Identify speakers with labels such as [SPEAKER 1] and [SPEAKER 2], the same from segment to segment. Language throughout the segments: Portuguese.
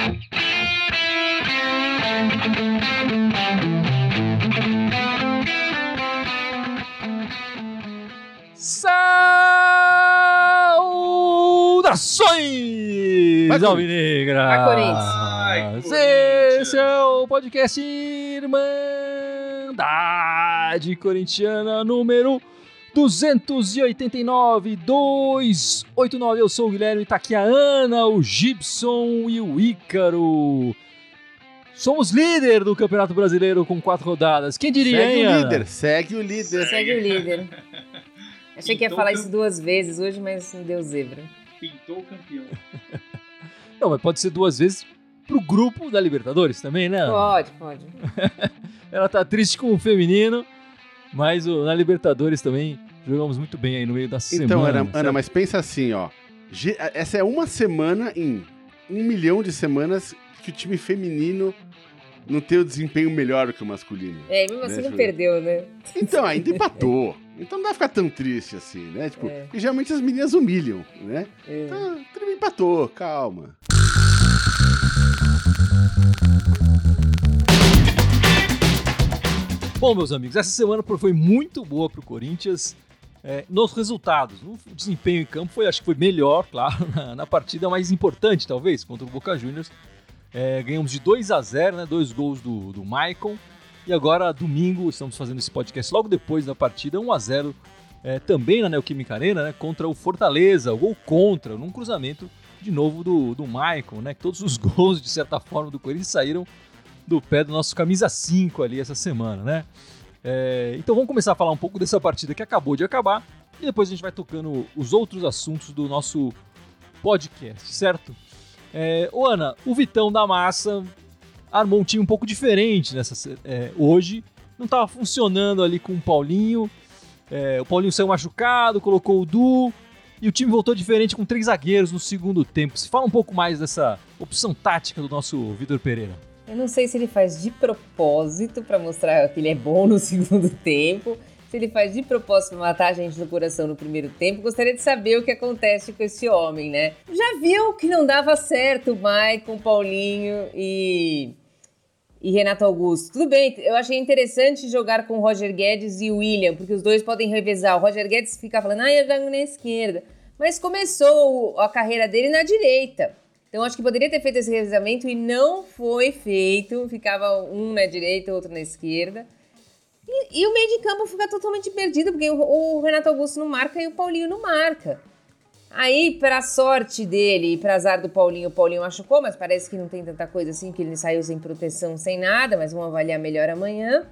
[SPEAKER 1] Saudações, Alvinegras! Esse é o podcast Irmandade Corintiana número 289. Eu sou o Guilherme, tá aqui a Ana, o Gibson e o Ícaro. Somos líder do Campeonato Brasileiro com 4 rodadas. Quem diria, hein, Ana?
[SPEAKER 2] Segue o líder.
[SPEAKER 3] Achei que ia falar isso 2 vezes hoje, mas me deu zebra.
[SPEAKER 4] Pintou o campeão.
[SPEAKER 1] Não, mas pode ser 2 vezes pro grupo da Libertadores também, né?
[SPEAKER 3] Pode.
[SPEAKER 1] Ela tá triste com o feminino, mas na Libertadores também jogamos muito bem aí no meio da semana.
[SPEAKER 2] Então, Ana, mas pensa assim, ó. Essa é uma semana em 1 milhão de semanas que o time feminino não tem o desempenho melhor do que o masculino.
[SPEAKER 3] Mesmo assim não perdeu, né?
[SPEAKER 2] Então, ainda empatou. Então não vai ficar tão triste assim, né? Tipo, porque geralmente as meninas humilham, né? Então, tudo bem, empatou, calma.
[SPEAKER 1] Bom, meus amigos, essa semana foi muito boa pro Corinthians nos resultados. O desempenho em campo acho que foi melhor, claro, na partida mais importante, talvez, contra o Boca Juniors. Ganhamos de 2-0, né? 2 gols do Maicon. E agora, domingo, estamos fazendo esse podcast logo depois da partida, 1-0, também na Neoquímica Arena, né, contra o Fortaleza, o gol contra, num cruzamento, de novo, do Maicon, né, que todos os gols, de certa forma, do Corinthians saíram do pé do nosso camisa 5 ali essa semana, né. Então vamos começar a falar um pouco dessa partida que acabou de acabar, e depois a gente vai tocando os outros assuntos do nosso podcast, certo? Ana, o Vitão da Massa armou um time um pouco diferente hoje. Não estava funcionando ali com o Paulinho. O Paulinho saiu machucado, colocou o Du. E o time voltou diferente com 3 zagueiros no segundo tempo. Se fala um pouco mais dessa opção tática do nosso Vitor Pereira.
[SPEAKER 3] Eu não sei se ele faz de propósito para mostrar que ele é bom no segundo tempo. Se ele faz de propósito para matar a gente no coração no primeiro tempo. Gostaria de saber o que acontece com esse homem, né? Já viu que não dava certo o Maicon, Paulinho e Renato Augusto. Tudo bem, eu achei interessante jogar com o Roger Guedes e o William, porque os dois podem revezar. O Roger Guedes fica falando, eu jogo na esquerda. Mas começou a carreira dele na direita. Então acho que poderia ter feito esse revezamento e não foi feito. Ficava um na direita, outro na esquerda. E o meio de campo fica totalmente perdido, porque o Renato Augusto não marca e o Paulinho não marca. Aí, para sorte dele e para azar do Paulinho, o Paulinho machucou, mas parece que não tem tanta coisa assim, que ele saiu sem proteção, sem nada, mas vamos avaliar melhor amanhã.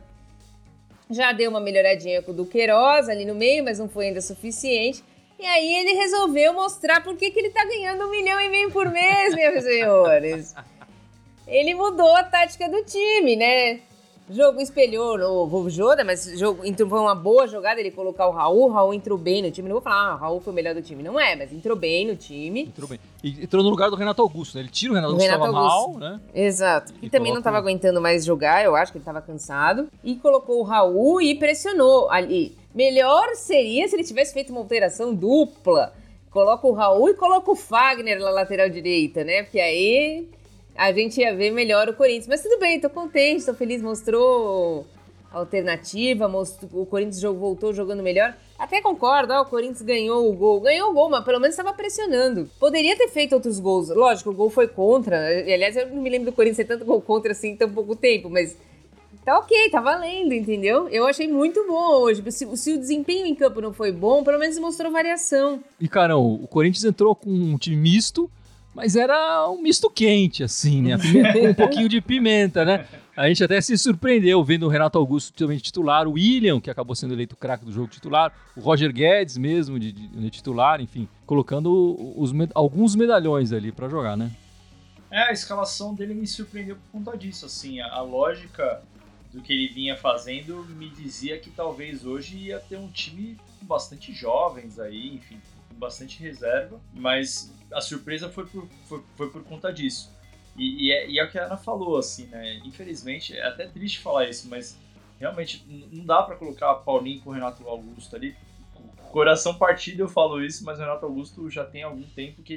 [SPEAKER 3] Já deu uma melhoradinha com o do Queiroz ali no meio, mas não foi ainda suficiente. E aí ele resolveu mostrar por que ele tá ganhando 1,5 milhão por mês, meus senhores. Ele mudou a tática do time, né? Jogo espelhou no Vovjoda, mas foi uma boa jogada ele colocar o Raul entrou bem no time. Não vou falar, o Raul foi o melhor do time. Não mas entrou bem no time.
[SPEAKER 1] Entrou bem. E entrou no lugar do Renato Augusto, né? Ele tira o Renato Augusto, estava mal, né?
[SPEAKER 3] Exato. E também não estava aguentando mais jogar, eu acho que ele estava cansado. E colocou o Raul e pressionou ali. Melhor seria se ele tivesse feito uma alteração dupla. Coloca o Raul e coloca o Fagner na lateral direita, né? Porque aí a gente ia ver melhor o Corinthians. Mas tudo bem, tô contente, tô feliz. Mostrou alternativa, o Corinthians voltou jogando melhor. Até concordo, o Corinthians ganhou o gol, mas pelo menos estava pressionando. Poderia ter feito outros gols. Lógico, o gol foi contra. Aliás, eu não me lembro do Corinthians ter tanto gol contra assim em tão pouco tempo, mas tá ok, tá valendo, entendeu? Eu achei muito bom hoje. Se o desempenho em campo não foi bom, pelo menos mostrou variação.
[SPEAKER 1] E, cara, o Corinthians entrou com um time misto, mas era um misto quente, assim, né? Com um pouquinho de pimenta, né? A gente até se surpreendeu vendo o Renato Augusto também titular, o William, que acabou sendo eleito craque do jogo titular, o Roger Guedes mesmo de titular, enfim, colocando alguns medalhões ali pra jogar, né?
[SPEAKER 4] A escalação dele me surpreendeu por conta disso, assim, a lógica do que ele vinha fazendo me dizia que talvez hoje ia ter um time com bastante jovens aí, enfim, com bastante reserva, mas a surpresa foi por conta disso. E é o que a Ana falou, assim, né? Infelizmente, é até triste falar isso, mas realmente não dá pra colocar Paulinho com o Renato Augusto ali. Com o coração partido eu falo isso, mas o Renato Augusto já tem algum tempo que ele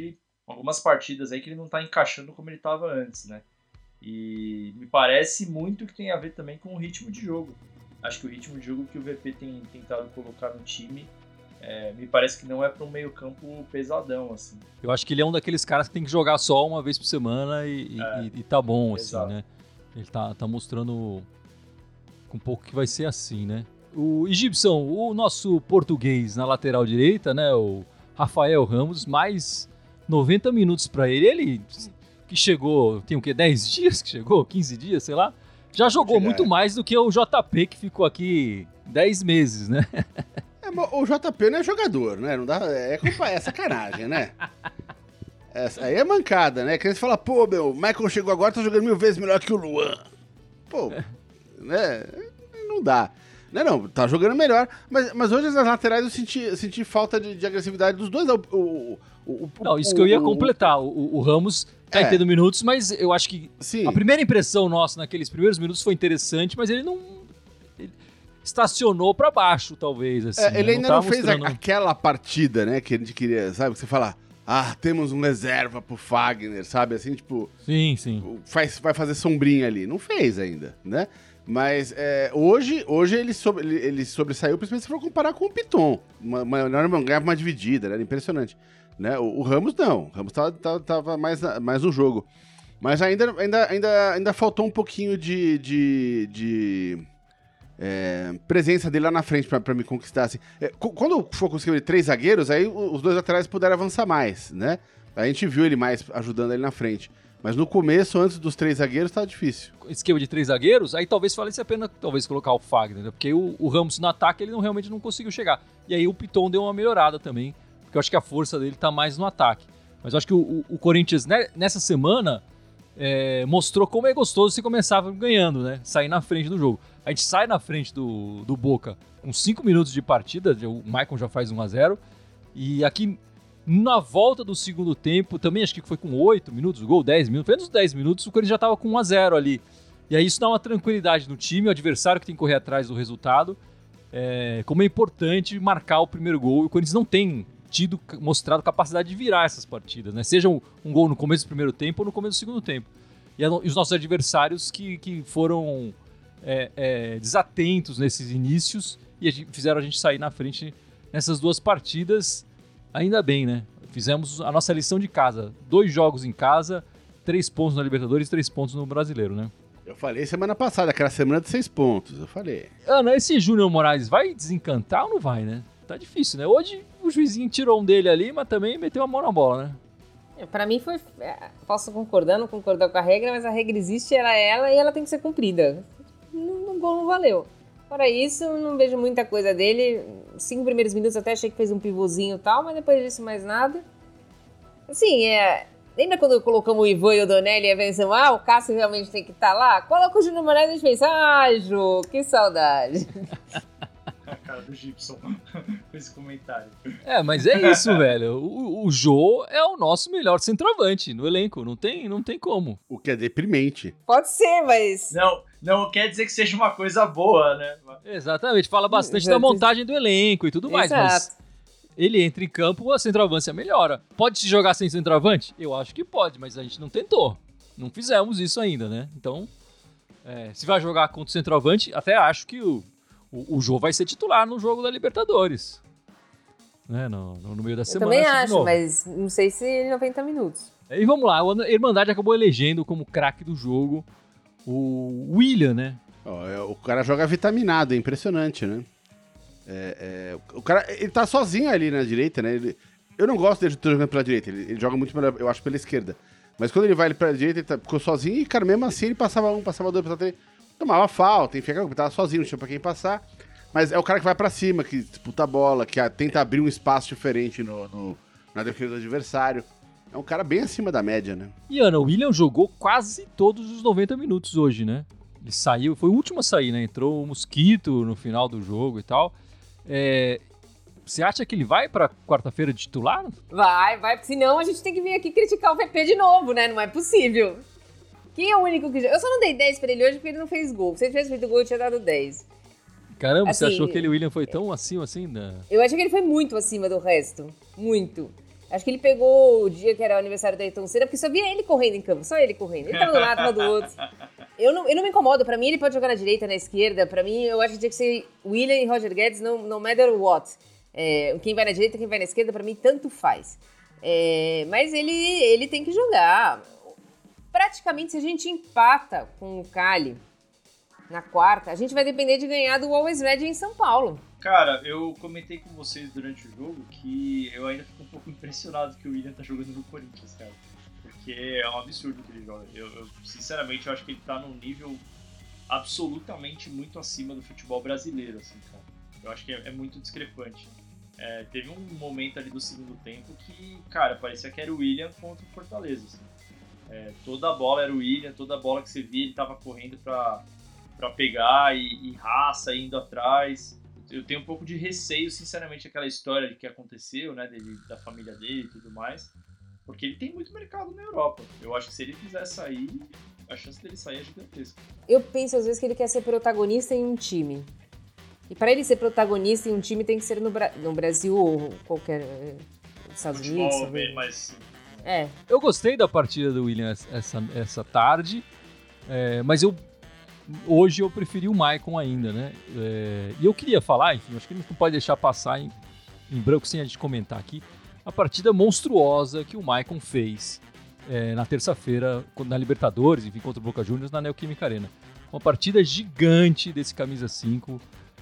[SPEAKER 4] algumas partidas aí que ele não tá encaixando como ele tava antes, né? E me parece muito que tem a ver também com o ritmo de jogo. Acho que o ritmo de jogo que o VP tem tentado colocar no time, me parece que não é para um meio campo pesadão, assim.
[SPEAKER 1] Eu acho que ele é um daqueles caras que tem que jogar só uma vez por semana e tá bom, assim,
[SPEAKER 4] exato.
[SPEAKER 1] né? Ele tá mostrando um pouco que vai ser assim, né? O Gibson, o nosso português na lateral direita, né? O Rafael Ramos, mais 90 minutos para ele. Ele que chegou, tem o quê? 10 dias que chegou? 15 dias, sei lá. Já jogou muito mais do que o JP, que ficou aqui 10 meses, né?
[SPEAKER 2] O JP não é jogador, né? Não dá, é sacanagem, né? Aí é mancada, né? Que você fala, pô, o Michael chegou agora, tá jogando 1000 vezes melhor que o Luan. Pô, né? Não dá. Não, tá jogando melhor. Mas hoje nas laterais eu senti falta de agressividade dos dois.
[SPEAKER 1] Não, isso que eu ia completar. O Ramos tá tendo minutos, mas eu acho que a primeira impressão nossa naqueles primeiros minutos foi interessante, mas ele não... Ele estacionou pra baixo, talvez. Assim,
[SPEAKER 2] ele ainda não fez aquela partida, né, que a gente queria, sabe? Que você fala, temos um reserva pro Fagner, sabe? Assim, tipo...
[SPEAKER 1] Sim.
[SPEAKER 2] Vai fazer sombrinha ali. Não fez ainda, né? Mas hoje ele sobressaiu, principalmente se for comparar com o Piton. Ganhava uma dividida, né? Era impressionante. Né? O Ramos não. O Ramos tava mais no jogo. Mas ainda faltou um pouquinho de presença dele lá na frente pra me conquistar. Assim. Quando for conseguir 3 zagueiros, aí os 2 laterais puderam avançar mais, né? A gente viu ele mais ajudando ele na frente. Mas no começo, antes dos 3 zagueiros, tava difícil.
[SPEAKER 1] Esquema de 3 zagueiros, aí talvez valesse a pena colocar o Fagner, né? Porque o Ramos no ataque ele realmente não conseguiu chegar. E aí o Piton deu uma melhorada também, porque eu acho que a força dele tá mais no ataque. Mas eu acho que o Corinthians, né, nessa semana, mostrou como é gostoso se começava ganhando, né? Sair na frente do jogo. A gente sai na frente do Boca com 5 minutos de partida, o Maicon já faz 1-0, e aqui... Na volta do segundo tempo, também acho que foi com 8 minutos, o gol 10 minutos, foi nos 10 minutos, o Corinthians já estava com 1-0 ali. E aí isso dá uma tranquilidade no time, o adversário que tem que correr atrás do resultado. Como é importante marcar o primeiro gol, e o Corinthians não tem mostrado capacidade de virar essas partidas, né? Seja um gol no começo do primeiro tempo ou no começo do segundo tempo. E os nossos adversários que foram desatentos nesses inícios e fizeram a gente sair na frente nessas 2 partidas. Ainda bem, né? Fizemos a nossa lição de casa. 2 jogos em casa, 3 pontos na Libertadores e 3 pontos no Brasileiro, né?
[SPEAKER 2] Eu falei semana passada, que era semana de 6 pontos. Eu falei.
[SPEAKER 1] Ana, esse Júnior Moraes vai desencantar ou não vai, né? Tá difícil, né? Hoje o juizinho tirou um dele ali, mas também meteu a mão na bola, né?
[SPEAKER 3] Pra mim foi... Posso não concordar com a regra, mas a regra existe, ela é ela e ela tem que ser cumprida. No gol não valeu. Fora isso, não vejo muita coisa dele. 5 primeiros minutos até achei que fez um pivôzinho e tal, mas depois disso mais nada. Assim, lembra quando colocamos o Ivan e o Donelli e pensamos, o Cássio realmente tem que estar lá? Coloca o Júnior Moraes e a gente fez, Jô, que saudade.
[SPEAKER 4] A cara do Gibson com esse comentário.
[SPEAKER 1] Mas é isso, velho. O Jô é o nosso melhor centroavante no elenco, não tem como.
[SPEAKER 2] O que é deprimente.
[SPEAKER 3] Pode ser, mas...
[SPEAKER 4] Não quer dizer que seja uma coisa boa, né?
[SPEAKER 1] Exatamente, fala bastante da montagem do elenco e tudo mais, mas ele entra em campo, a centroavância melhora. Pode se jogar sem centroavante? Eu acho que pode, mas a gente não tentou. Não fizemos isso ainda, né? Então, se vai jogar contra o centroavante, até acho que o Jô vai ser titular no jogo da Libertadores. Né? No meio da semana.
[SPEAKER 3] Eu também acho, mas não sei se 90 minutos.
[SPEAKER 1] E vamos lá, a Irmandade acabou elegendo como craque do jogo o William, né?
[SPEAKER 2] O cara joga vitaminado, é impressionante, né? O cara, ele tá sozinho ali na direita, né? Eu não gosto dele jogando pela direita, ele joga muito melhor, eu acho, pela esquerda. Mas quando ele vai pela direita, ele ficou sozinho e, cara, mesmo assim ele passava 1, passava 2, passava 3, tomava falta, enfim, ele tava sozinho, não tinha pra quem passar. Mas é o cara que vai pra cima, que disputa a bola, que tenta abrir um espaço diferente na defesa do adversário. É um cara bem acima da média, né?
[SPEAKER 1] E, Ana, o William jogou quase todos os 90 minutos hoje, né? Ele saiu, foi o último a sair, né? Entrou o Mosquito no final do jogo e tal. Você acha que ele vai pra quarta-feira de titular?
[SPEAKER 3] Vai, senão a gente tem que vir aqui criticar o VP de novo, né? Não é possível. Quem é o único que... Eu só não dei 10 pra ele hoje porque ele não fez gol. Se ele tivesse feito gol, eu tinha dado 10.
[SPEAKER 1] Caramba, assim, você achou que o William foi tão acima assim?
[SPEAKER 3] Eu acho que ele foi muito acima do resto. Muito. Acho que ele pegou o dia que era o aniversário da Ayrton Senna, porque só via ele correndo em campo, só ele correndo. Ele tava do lado, tava do outro. Eu não me incomodo, pra mim ele pode jogar na direita, na esquerda, pra mim eu acho que tinha que ser Willian e Roger Guedes, no matter what. Quem vai na direita, quem vai na esquerda, pra mim tanto faz. Mas ele tem que jogar. Praticamente, se a gente empata com o Cali na quarta, a gente vai depender de ganhar do Always Ready em São Paulo.
[SPEAKER 4] Cara, eu comentei com vocês durante o jogo que eu ainda fico um pouco impressionado que o Willian tá jogando no Corinthians, cara. Porque é um absurdo que ele joga. Eu sinceramente, eu acho que ele tá num nível absolutamente muito acima do futebol brasileiro, assim, cara. Eu acho que é muito discrepante. Teve um momento ali do segundo tempo que, cara, parecia que era o Willian contra o Fortaleza, assim. Toda a bola era o Willian, toda a bola que você via ele tava correndo pra pegar e raça, indo atrás. Eu tenho um pouco de receio, sinceramente, aquela história de que aconteceu, né, da família dele e tudo mais, porque ele tem muito mercado na Europa. Eu acho que se ele quiser sair, a chance dele sair é gigantesca.
[SPEAKER 3] Eu penso às vezes que ele quer ser protagonista em um time. E para ele ser protagonista em um time tem que ser no Brasil ou qualquer... Estados Unidos.
[SPEAKER 4] Mas...
[SPEAKER 1] Eu gostei da partida do Willian essa tarde, mas hoje eu preferi o Maicon ainda, né? E eu queria falar, enfim, acho que a gente não pode deixar passar em branco sem a gente comentar aqui, a partida monstruosa que o Maicon fez na terça-feira na Libertadores, enfim, contra o Boca Juniors na Neoquímica Arena. Uma partida gigante desse camisa 5.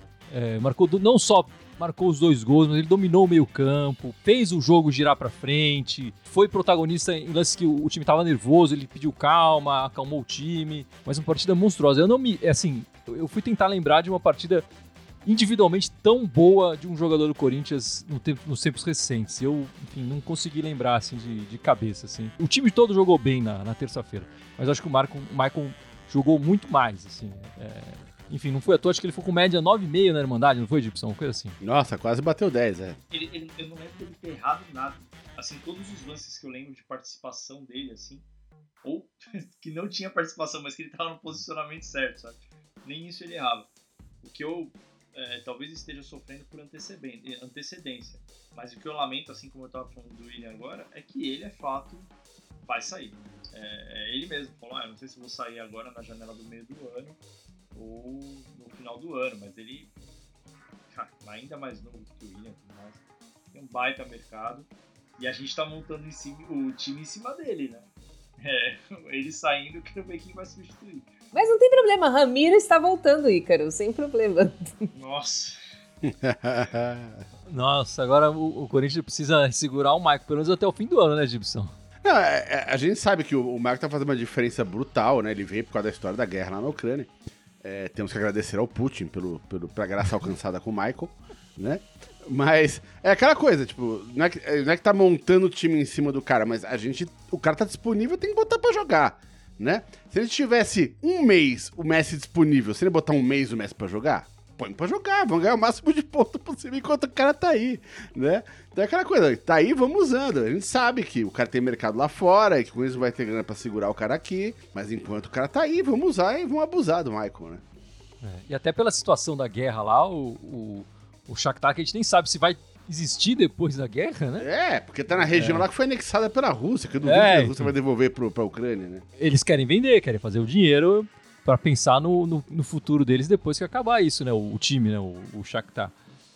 [SPEAKER 1] Não só marcou os 2 gols, mas ele dominou o meio-campo, fez o jogo girar pra frente, foi protagonista em lances que o time tava nervoso, ele pediu calma, acalmou o time, mas uma partida monstruosa. Eu fui tentar lembrar de uma partida individualmente tão boa de um jogador do Corinthians nos tempos recentes. Eu, enfim, não consegui lembrar assim de cabeça, assim. O time todo jogou bem na terça-feira, mas acho que o Maicon jogou muito mais, assim. Enfim, não foi à toa, acho que ele foi com média 9,5 na Irmandade, não foi, Gibson? Uma coisa assim.
[SPEAKER 2] Nossa, quase bateu 10,
[SPEAKER 4] eu não lembro dele ter errado nada. Assim, todos os lances que eu lembro de participação dele, assim, ou que não tinha participação, mas que ele tava no posicionamento certo, sabe? Nem isso ele errava. O que eu talvez esteja sofrendo por antecedência. Mas o que eu lamento, assim como eu tava falando do Willian agora, é que ele, fato, vai sair. Ele mesmo falou, eu não sei se vou sair agora na janela do meio do ano, ou no final do ano, mas ele, cara, ainda mais novo do que o Willian, tem um baita mercado, e a gente tá montando o time em cima dele, né? Ele saindo, eu quero ver quem vai substituir.
[SPEAKER 3] Mas não tem problema, Ramiro está voltando, Ícaro, sem problema.
[SPEAKER 4] Nossa.
[SPEAKER 1] Nossa, agora o Corinthians precisa segurar o Maicon, pelo menos até o fim do ano, né, Gibson?
[SPEAKER 2] Não, a gente sabe que o Maicon tá fazendo uma diferença brutal, né? Ele veio por causa da história da guerra lá na Ucrânia. Temos que agradecer ao Putin pela graça alcançada com o Michael, né? Mas é aquela coisa, tipo, não é que tá montando o time em cima do cara, mas o cara tá disponível, tem que botar pra jogar, né? Se a gente tivesse um mês o Messi disponível, se ele botar um mês o Messi pra jogar, põe pra jogar, vamos ganhar o máximo de ponto possível enquanto o cara tá aí, né? Então é aquela coisa, tá aí, vamos usando. A gente sabe que o cara tem mercado lá fora e que com isso vai ter grana pra segurar o cara aqui, mas enquanto o cara tá aí, vamos usar e vamos abusar do Michael, né?
[SPEAKER 1] E até pela situação da guerra lá, o Shakhtar, que a gente nem sabe se vai existir depois da guerra, né?
[SPEAKER 2] Porque tá na região lá que foi anexada pela Rússia, que eu duvido que a Rússia vai devolver pra Ucrânia, né?
[SPEAKER 1] Eles querem vender, querem fazer o dinheiro pra pensar no futuro deles depois que acabar isso, né? O time, né? O Shakhtar.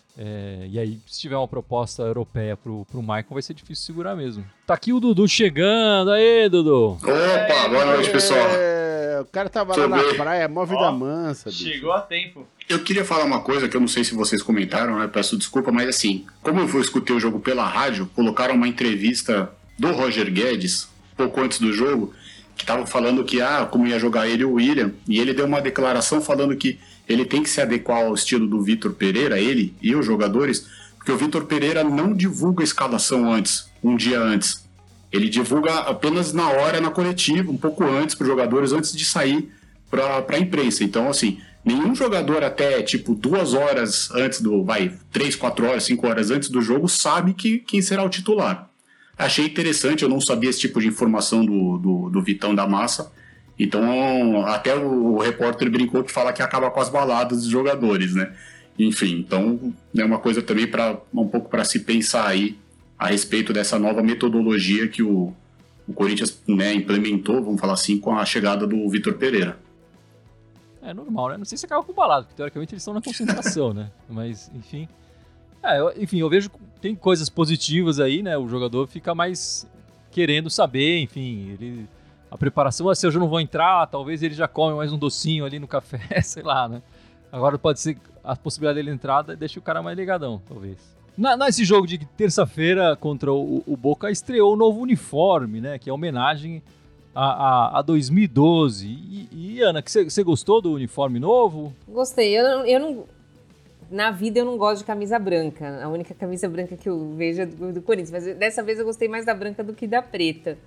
[SPEAKER 1] E aí, se tiver uma proposta europeia pro Maicon, vai ser difícil segurar mesmo. Tá aqui o Dudu chegando. Aê, Dudu!
[SPEAKER 5] Opa, boa noite, pessoal.
[SPEAKER 2] O cara tava lá na praia, mó vida mansa, bicho.
[SPEAKER 4] Chegou a tempo.
[SPEAKER 5] Eu queria falar uma coisa que eu não sei se vocês comentaram, né? Peço desculpa, mas assim, como eu escutei o jogo pela rádio, colocaram uma entrevista do Roger Guedes, pouco antes do jogo, que tava falando que, como ia jogar ele e o Willian, e ele deu uma declaração falando que ele tem que se adequar ao estilo do Vitor Pereira, ele e os jogadores, porque o Vitor Pereira não divulga a escalação antes, um dia antes. Ele divulga apenas na hora, na coletiva, um pouco antes para os jogadores, antes de sair para a imprensa. Então, assim, nenhum jogador até, 2 horas antes 3, 4 horas, 5 horas antes do jogo, sabe quem será o titular. Achei interessante, eu não sabia esse tipo de informação do Vitão da Massa. Então, até o repórter brincou que fala que acaba com as baladas dos jogadores, né? Enfim, então é uma coisa também um pouco para se pensar aí a respeito dessa nova metodologia que o Corinthians, né, implementou, vamos falar assim, com a chegada do Vitor Pereira.
[SPEAKER 1] É normal, né? Não sei se acaba com o balado, porque teoricamente eles estão na concentração, né? Mas, enfim. Eu vejo que tem coisas positivas aí, né? O jogador fica mais querendo saber, enfim, a preparação, se eu já não vou entrar, talvez ele já come mais um docinho ali no café, sei lá, né? Agora pode ser a possibilidade dele entrar, deixa o cara mais ligadão, talvez. Nesse jogo de terça-feira contra o Boca, estreou o novo uniforme, né? Que é homenagem a 2012. E Ana, você gostou do uniforme novo?
[SPEAKER 3] Gostei. Eu não... Na vida eu não gosto de camisa branca. A única camisa branca que eu vejo é do Corinthians. Mas dessa vez eu gostei mais da branca do que da preta.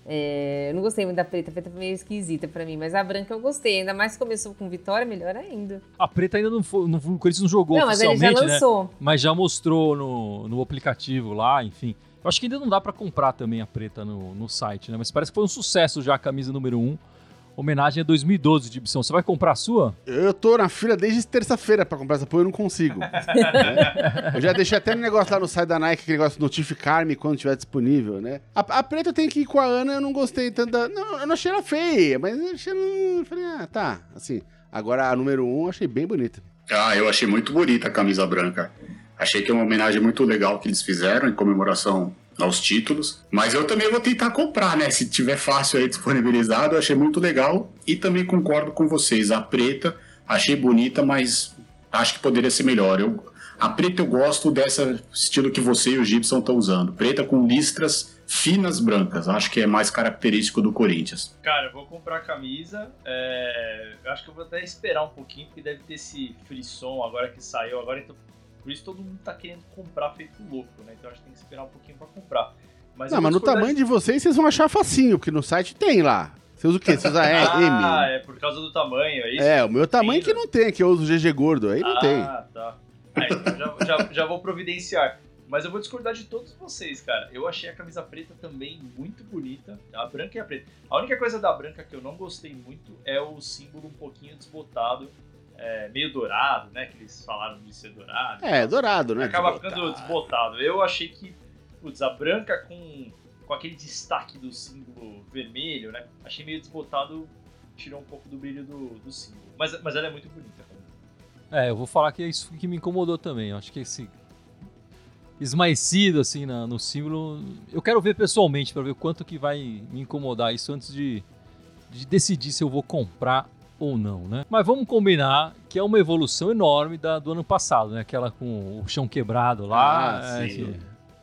[SPEAKER 3] Eu não gostei muito da preta. A preta foi meio esquisita pra mim. Mas a branca eu gostei. Ainda mais que começou com vitória, melhor ainda.
[SPEAKER 1] A preta ainda não foi. O Corinthians não jogou oficialmente,
[SPEAKER 3] mas ele já lançou.
[SPEAKER 1] Né? Mas já mostrou no aplicativo lá, enfim. Eu acho que ainda não dá pra comprar também a preta no site, né? Mas parece que foi um sucesso já a camisa número 1. Homenagem a 2012 de Ibson. Você vai comprar a sua?
[SPEAKER 2] Eu tô na fila desde terça-feira pra comprar essa porra, eu não consigo. Né? Eu já deixei até um negócio lá no site da Nike, aquele negócio notificar-me quando estiver disponível, né? A preta eu tenho que ir com a Ana, eu não gostei tanto da... Não, eu não achei ela feia, mas eu achei... Falei, tá, assim. Agora a número 1 eu achei bem bonita.
[SPEAKER 5] Eu achei muito bonita a camisa branca. Achei que é uma homenagem muito legal que eles fizeram em comemoração aos títulos, mas eu também vou tentar comprar, né? Se tiver fácil aí disponibilizado, eu achei muito legal e também concordo com vocês. A preta achei bonita, mas acho que poderia ser melhor. A preta eu gosto desse estilo que você e o Gibson estão usando. Preta com listras finas brancas. Acho que é mais característico do Corinthians.
[SPEAKER 4] Cara, eu vou comprar a camisa. Eu acho que eu vou até esperar um pouquinho, porque deve ter esse frisson agora que saiu. Agora, então, por isso todo mundo tá querendo comprar feito louco, né? Então acho que tem que esperar um pouquinho pra comprar.
[SPEAKER 2] Mas no tamanho de vocês vão achar facinho, porque no site tem lá. Você usa o quê? Você usa M?
[SPEAKER 4] É por causa do tamanho, é isso?
[SPEAKER 2] O meu tamanho que não tem, que eu uso o GG gordo, aí não tem.
[SPEAKER 4] Tá. Então já vou providenciar. Mas eu vou discordar de todos vocês, cara. Eu achei a camisa preta também muito bonita. A branca e a preta. A única coisa da branca que eu não gostei muito é o símbolo um pouquinho desbotado. Meio dourado, né? Que eles falaram de ser dourado.
[SPEAKER 2] Dourado, né?
[SPEAKER 4] Acaba ficando desbotado. Eu achei que, a branca com aquele destaque do símbolo vermelho, né? Achei meio desbotado, tirou um pouco do brilho do símbolo. Mas ela é muito bonita.
[SPEAKER 1] Eu vou falar que é isso que me incomodou também. Eu acho que esse esmaecido, assim, no símbolo... Eu quero ver pessoalmente, pra ver o quanto que vai me incomodar isso antes de decidir se eu vou comprar ou não, né? Mas vamos combinar que é uma evolução enorme do ano passado, né? Aquela com o chão quebrado lá.
[SPEAKER 2] Sim.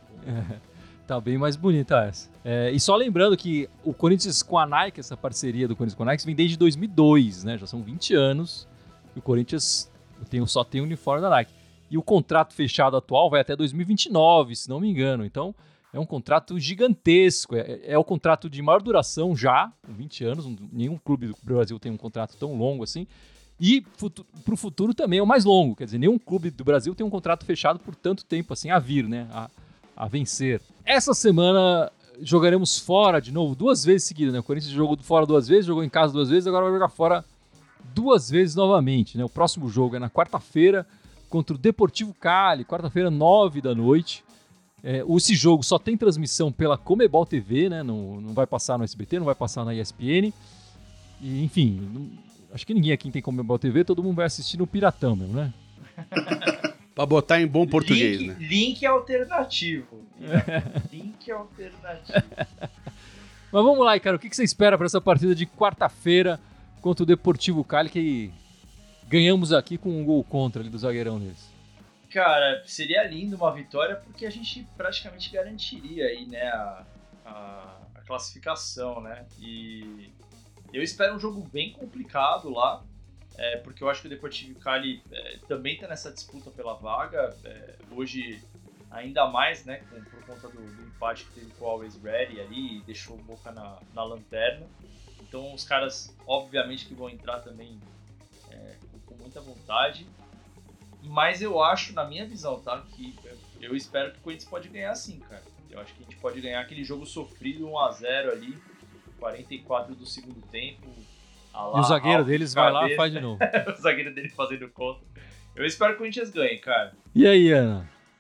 [SPEAKER 1] Tá bem mais bonita essa. E só lembrando que o Corinthians com a Nike, essa parceria do Corinthians com a Nike, vem desde 2002, né? Já são 20 anos que o Corinthians só tem o uniforme da Nike. E o contrato fechado atual vai até 2029, se não me engano. Então, é um contrato gigantesco. É o contrato de maior duração já, com 20 anos. Nenhum clube do Brasil tem um contrato tão longo assim. E para o futuro também é o mais longo. Quer dizer, nenhum clube do Brasil tem um contrato fechado por tanto tempo assim a vir, né? A vencer. Essa semana jogaremos fora de novo, 2 vezes seguidas, né? O Corinthians jogou fora 2 vezes, jogou em casa 2 vezes, agora vai jogar fora 2 vezes novamente, né? O próximo jogo é na quarta-feira contra o Deportivo Cali, quarta-feira, 9 da noite. Esse jogo só tem transmissão pela Comebol TV, né? Não vai passar no SBT, não vai passar na ESPN. E, enfim, acho que ninguém aqui tem Comebol TV, todo mundo vai assistir no Piratão mesmo, né?
[SPEAKER 2] Pra botar em bom português, né?
[SPEAKER 4] Link alternativo. Link alternativo.
[SPEAKER 1] Mas vamos lá, cara. O que você espera para essa partida de quarta-feira contra o Deportivo Cali, que ganhamos aqui com um gol contra ali do zagueirão deles?
[SPEAKER 4] Cara, seria lindo uma vitória, porque a gente praticamente garantiria aí, né, a classificação, né? E eu espero um jogo bem complicado lá, porque eu acho que o Deportivo Cali também está nessa disputa pela vaga. Hoje, ainda mais, né, por conta do empate que teve com o Always Ready ali, e deixou o Boca na lanterna. Então os caras, obviamente, que vão entrar também com muita vontade. Mas eu acho, na minha visão, tá, que eu espero que o Corinthians pode ganhar sim, cara. Eu acho que a gente pode ganhar aquele jogo sofrido 1-0 ali, 44 do segundo tempo.
[SPEAKER 1] E o zagueiro deles vai lá e faz de novo.
[SPEAKER 4] O zagueiro dele fazendo conta. Eu espero que o Corinthians ganhe, cara.
[SPEAKER 1] E aí, Ana?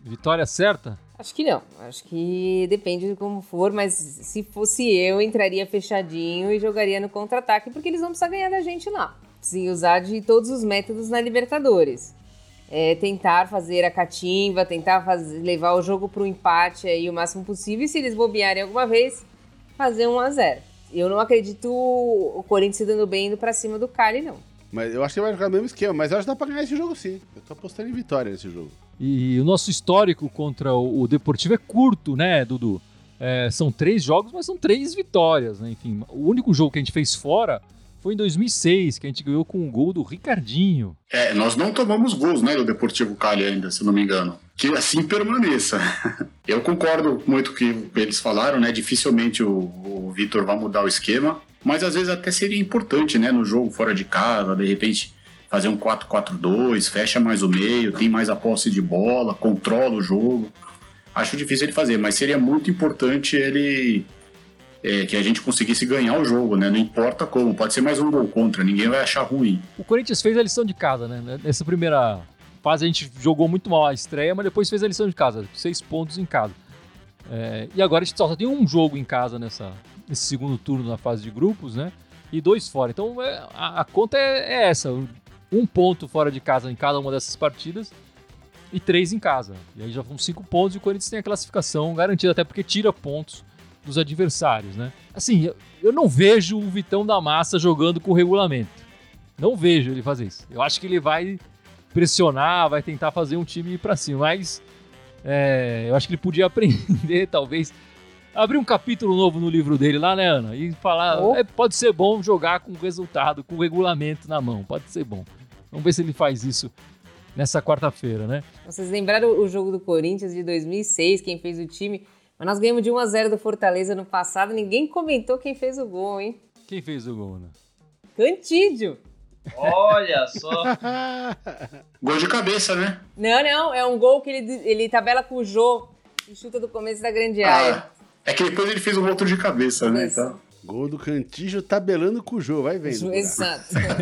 [SPEAKER 1] Vitória certa?
[SPEAKER 3] Acho que não. Acho que depende de como for, mas se fosse eu, entraria fechadinho e jogaria no contra-ataque, porque eles vão precisar ganhar da gente lá. Se usar de todos os métodos na Libertadores. Tentar fazer a catimba, tentar levar o jogo para o empate aí o máximo possível, e se eles bobearem alguma vez, fazer 1-0. Eu não acredito o Corinthians se dando bem indo para cima do Cali, não.
[SPEAKER 2] Mas eu acho que vai jogar no mesmo esquema, mas eu acho que dá pra ganhar esse jogo sim. Eu tô apostando em vitória nesse jogo.
[SPEAKER 1] E o nosso histórico contra o Deportivo é curto, né, Dudu? São 3 jogos, mas são 3 vitórias, né? Enfim, o único jogo que a gente fez fora foi em 2006, que a gente ganhou com um gol do Ricardinho.
[SPEAKER 5] Nós não tomamos gols, né, do Deportivo Cali ainda, se não me engano. Que assim permaneça. Eu concordo muito com o que eles falaram, né? Dificilmente o Vitor vai mudar o esquema, mas às vezes até seria importante, né, no jogo fora de casa, de repente fazer um 4-4-2, fecha mais o meio, tem mais a posse de bola, controla o jogo. Acho difícil ele fazer, mas seria muito importante ele que a gente conseguisse ganhar o jogo, né? Não importa como, pode ser mais um gol contra, ninguém vai achar ruim.
[SPEAKER 1] O Corinthians fez a lição de casa, né? Nessa primeira fase a gente jogou muito mal a estreia, mas depois fez a lição de casa, 6 pontos em casa. E agora a gente só tem um jogo em casa nesse segundo turno na fase de grupos, né? E 2 fora. Então a conta é essa, 1 ponto fora de casa em cada uma dessas partidas e 3 em casa. E aí já vão 5 pontos e o Corinthians tem a classificação garantida, até porque tira pontos dos adversários, né? Assim, eu não vejo o Vitão da Massa jogando com o regulamento. Não vejo ele fazer isso. Eu acho que ele vai pressionar, vai tentar fazer um time ir pra cima, mas eu acho que ele podia aprender, talvez, abrir um capítulo novo no livro dele lá, né, Ana? E falar, pode ser bom jogar com resultado, com o regulamento na mão, pode ser bom. Vamos ver se ele faz isso nessa quarta-feira, né?
[SPEAKER 3] Vocês lembraram o jogo do Corinthians de 2006, quem fez o time? Mas nós ganhamos de 1-0 do Fortaleza no passado, ninguém comentou quem fez o gol, hein?
[SPEAKER 1] Quem fez o gol, Ana?
[SPEAKER 3] Cantídio.
[SPEAKER 4] Olha só.
[SPEAKER 5] Gol de cabeça, né?
[SPEAKER 3] Não, é um gol que ele tabela com o Jô e chuta do começo da grande área.
[SPEAKER 5] É que depois ele fez um outro de cabeça, né? Então...
[SPEAKER 2] Gol do Cantígio tabelando com o Jô, vai vendo.
[SPEAKER 3] Exato.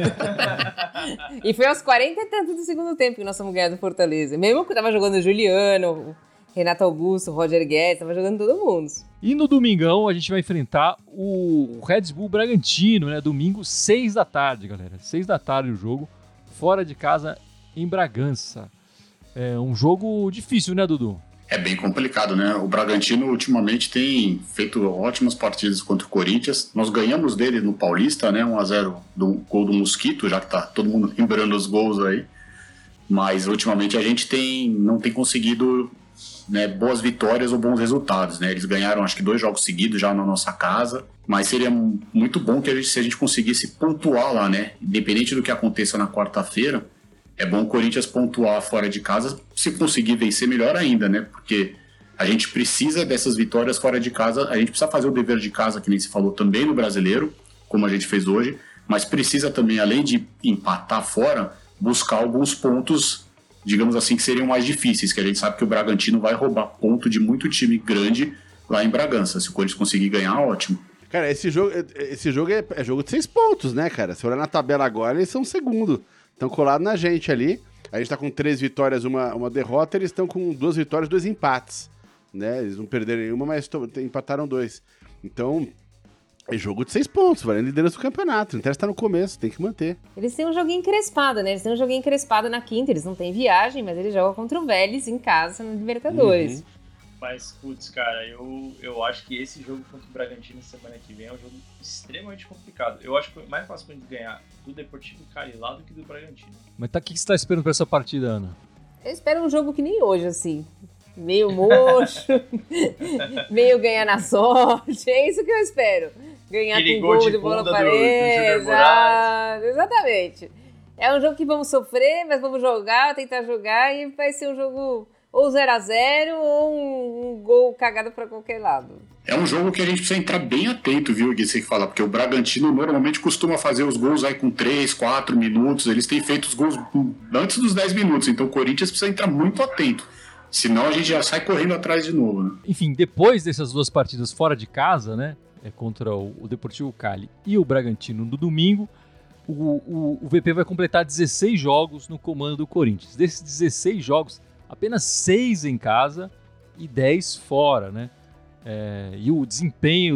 [SPEAKER 3] E foi aos 40 e tantos do segundo tempo que nós fomos ganhar do Fortaleza. Mesmo que tava jogando o Juliano, Renato Augusto, Roger Guedes, tava jogando todo mundo.
[SPEAKER 1] E no domingão a gente vai enfrentar o Red Bull Bragantino, né? Domingo, 6 da tarde, galera. 6 da tarde o jogo, fora de casa em Bragança. É um jogo difícil, né, Dudu?
[SPEAKER 5] É bem complicado, né? O Bragantino ultimamente tem feito ótimas partidas contra o Corinthians. Nós ganhamos dele no Paulista, né? 1-0 do gol do Mosquito, já que tá todo mundo lembrando os gols aí. Mas ultimamente a gente não tem conseguido, né, boas vitórias ou bons resultados, né? Eles ganharam acho que 2 jogos seguidos já na nossa casa, mas seria muito bom se a gente conseguisse pontuar lá, né? Independente do que aconteça na quarta-feira, é bom o Corinthians pontuar fora de casa, se conseguir vencer melhor ainda, né? Porque a gente precisa dessas vitórias fora de casa, a gente precisa fazer o dever de casa, que nem se falou também no Brasileiro, como a gente fez hoje, mas precisa também, além de empatar fora, buscar alguns pontos, digamos assim, que seriam mais difíceis, que a gente sabe que o Bragantino vai roubar ponto de muito time grande lá em Bragança. Se o Corinthians conseguir ganhar, ótimo. Cara,
[SPEAKER 2] esse jogo é jogo de 6 pontos, né, cara? Se olhar na tabela agora, eles são segundo. Estão colados na gente ali. A gente tá com 3 vitórias, uma derrota, eles estão com 2 vitórias, 2 empates, né? Eles não perderam nenhuma, mas empataram 2. Então, é jogo de 6 pontos, valendo liderança do campeonato. O Inter está no começo, tem que manter.
[SPEAKER 3] Eles têm um joguinho encrespado, né? Eles têm um joguinho encrespado na quinta, eles não têm viagem, mas eles jogam contra o Vélez em casa, no Libertadores.
[SPEAKER 2] Uhum.
[SPEAKER 4] Mas, putz, cara, eu acho que esse jogo contra o Bragantino semana que vem é um jogo extremamente complicado. Eu acho que é mais fácil pra gente ganhar do Deportivo Cali lá do que do Bragantino.
[SPEAKER 1] Mas o que você tá esperando pra essa partida, Ana?
[SPEAKER 3] Eu espero um jogo que nem hoje, assim. Meio mocho, meio ganhar na sorte. É isso que eu espero. Ganhar
[SPEAKER 4] aquele
[SPEAKER 3] com gol de bola parede. Exatamente. É um jogo que vamos sofrer, mas vamos jogar, tentar jogar, e vai ser um jogo ou 0-0 ou um gol cagado pra qualquer lado.
[SPEAKER 5] É um jogo que a gente precisa entrar bem atento, viu, Gui, você que fala, porque o Bragantino normalmente costuma fazer os gols aí com 3, 4 minutos, eles têm feito os gols antes dos 10 minutos, então o Corinthians precisa entrar muito atento, senão a gente já sai correndo atrás de novo, né?
[SPEAKER 1] Enfim, depois dessas 2 partidas fora de casa, né, contra o Deportivo Cali e o Bragantino no domingo, o VP vai completar 16 jogos no comando do Corinthians. Desses 16 jogos, apenas 6 em casa e 10 fora, né? E o desempenho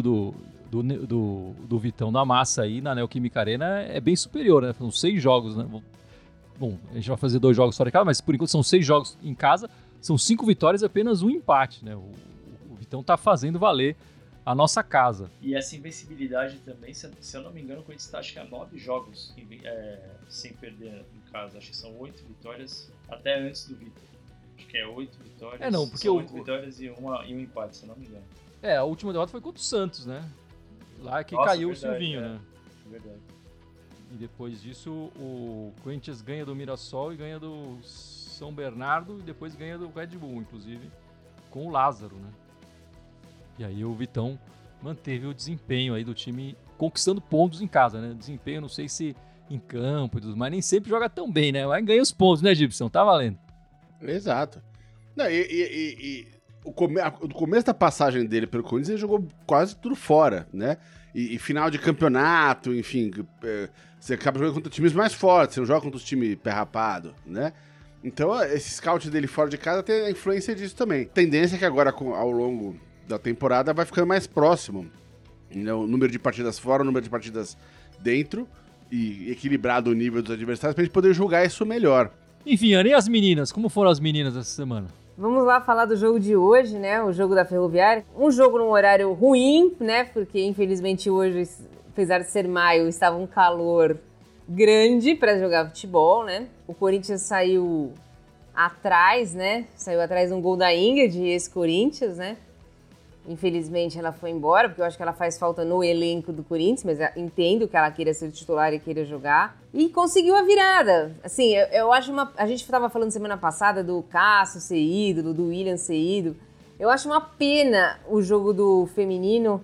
[SPEAKER 1] do Vitão na massa aí na Neoquímica Arena é bem superior, né? São 6 jogos, né? Bom, a gente vai fazer 2 jogos fora de casa, mas por enquanto são 6 jogos em casa, são 5 vitórias e apenas 1 empate, né? O Vitão tá fazendo valer a nossa casa.
[SPEAKER 4] E essa invencibilidade também, se eu não me engano, o Corinthians está acho que há 9 jogos sem perder em casa. Acho que são 8 vitórias até antes do Vitor. Acho que é 8 vitórias.
[SPEAKER 1] Não, porque
[SPEAKER 4] 8 vitórias e um empate, se eu não me engano.
[SPEAKER 1] A última derrota foi contra o Santos, né? Lá que caiu verdade, o Silvinho, né?
[SPEAKER 4] Verdade.
[SPEAKER 1] E depois disso, o Corinthians ganha do Mirassol e ganha do São Bernardo e depois ganha do Red Bull, inclusive, com o Lázaro, né? E aí o Vitão manteve o desempenho aí do time conquistando pontos em casa, né? Desempenho, não sei se em campo e tudo, mas nem sempre joga tão bem, né? Mas ganha os pontos, né, Gibson? Tá valendo.
[SPEAKER 2] Exato. Não, o começo da passagem dele pelo Corinthians, ele jogou quase tudo fora, né? E final de campeonato, enfim, você acaba jogando contra times mais fortes, você não joga contra os times perrapados, né? Então, esse scout dele fora de casa tem a influência disso também. Tendência é que agora, ao longo da temporada, vai ficando mais próximo, né? O número de partidas fora, o número de partidas dentro, e equilibrado o nível dos adversários, pra gente poder julgar isso melhor.
[SPEAKER 1] Enfim, Ana, e as meninas? Como foram as meninas essa semana?
[SPEAKER 3] Vamos lá falar do jogo de hoje, né? O jogo da Ferroviária. Um jogo num horário ruim, né? Porque, infelizmente, hoje, apesar de ser maio, estava um calor grande para jogar futebol, né? O Corinthians saiu atrás, né? Saiu atrás de um gol da Ingrid, ex-Corinthians, né? Infelizmente, ela foi embora, porque eu acho que ela faz falta no elenco do Corinthians, mas eu entendo que ela queira ser titular e queira jogar. E conseguiu a virada. Assim, eu acho a gente estava falando semana passada do Cássio ser ídolo, do William ser ídolo. Eu acho uma pena o jogo do feminino,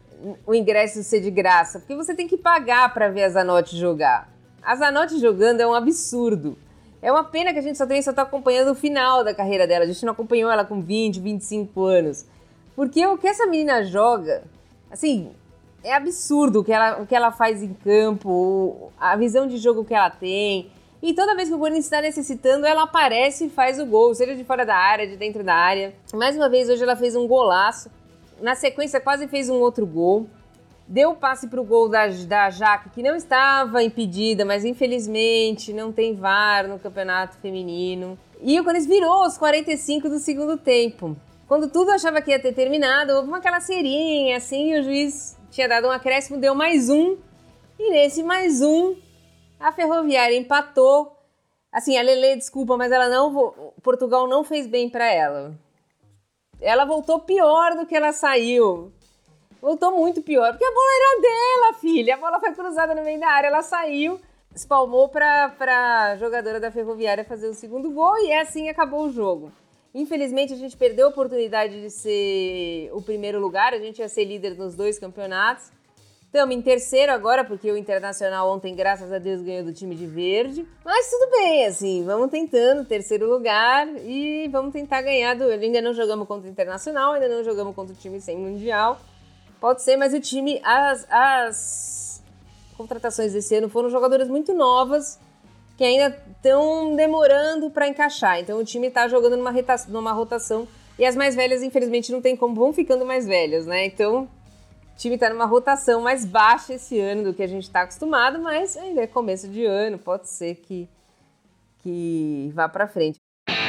[SPEAKER 3] o ingresso ser de graça, porque você tem que pagar para ver a Zanotti jogar. A Zanotti jogando é um absurdo. É uma pena que a gente só está acompanhando o final da carreira dela. A gente não acompanhou ela com 20, 25 anos. Porque o que essa menina joga, assim, é absurdo o que ela faz em campo, a visão de jogo que ela tem. E toda vez que o Corinthians está necessitando, ela aparece e faz o gol, seja de fora da área, de dentro da área. Mais uma vez, hoje ela fez um golaço. Na sequência, quase fez um outro gol. Deu o passe para o gol da Jaque, que não estava impedida, mas infelizmente não tem VAR no campeonato feminino. E o Corinthians virou os 45 do segundo tempo. Quando tudo achava que ia ter terminado, houve uma calaceria, assim, e o juiz tinha dado um acréscimo, deu mais um. E nesse mais um, a Ferroviária empatou. Assim, a Lelê, desculpa, mas Portugal não fez bem para ela. Ela voltou pior do que ela saiu. Voltou muito pior, porque a bola era dela, filha. A bola foi cruzada no meio da área, ela saiu, espalmou para jogadora da Ferroviária fazer o segundo gol e assim acabou o jogo. Infelizmente, a gente perdeu a oportunidade de ser o primeiro lugar, a gente ia ser líder nos 2 campeonatos. Estamos em terceiro agora, porque o Internacional ontem, graças a Deus, ganhou do time de verde. Mas tudo bem, assim, vamos tentando, terceiro lugar, e vamos tentar ganhar. Ainda não jogamos contra o Internacional, ainda não jogamos contra o time sem Mundial. Pode ser, mas o time, as contratações desse ano foram jogadoras muito novas, que ainda estão demorando para encaixar. Então o time está jogando numa rotação e as mais velhas, infelizmente, não tem como, vão ficando mais velhas, né? Então o time está numa rotação mais baixa esse ano do que a gente está acostumado, mas ainda é começo de ano, pode ser que vá para frente.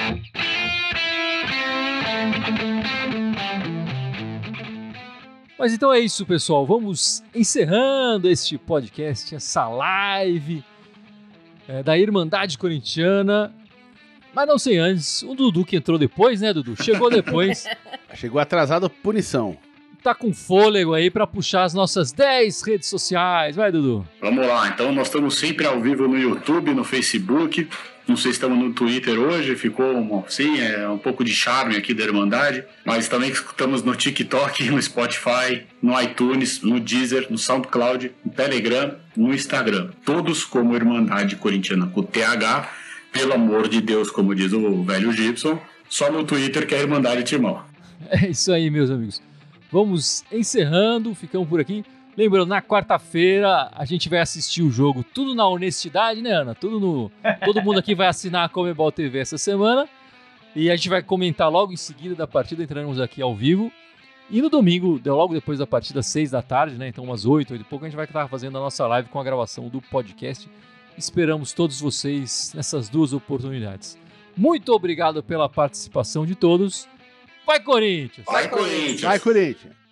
[SPEAKER 1] Mas então é isso, pessoal. Vamos encerrando este podcast, essa live da Irmandade Corintiana. Mas não sei antes, o Dudu que entrou depois, né, Dudu? Chegou depois.
[SPEAKER 2] Chegou atrasado, punição.
[SPEAKER 1] Tá com fôlego aí pra puxar as nossas 10 redes sociais. Vai, Dudu.
[SPEAKER 5] Vamos lá, então nós estamos sempre ao vivo no YouTube, no Facebook. Não sei se estamos no Twitter hoje, ficou assim, um pouco de charme aqui da Irmandade. Mas também estamos no TikTok, no Spotify, no iTunes, no Deezer, no SoundCloud, no Telegram, no Instagram. Todos como Irmandade Corintiana com TH. Pelo amor de Deus, como diz o velho Gibson, só no Twitter que é Irmandade Timão.
[SPEAKER 1] É isso aí, meus amigos. Vamos encerrando, ficamos por aqui. Lembrando, na quarta-feira a gente vai assistir o jogo tudo na honestidade, né, Ana? Todo mundo aqui vai assinar a Comebol TV essa semana. E a gente vai comentar logo em seguida da partida, entramos aqui ao vivo. E no domingo, logo depois da partida, 6 da tarde, né? Então umas 8 e pouco, a gente vai estar fazendo a nossa live com a gravação do podcast. Esperamos todos vocês nessas duas oportunidades. Muito obrigado pela participação de todos. Vai, Corinthians!
[SPEAKER 5] Vai, Corinthians!
[SPEAKER 2] Vai, Corinthians!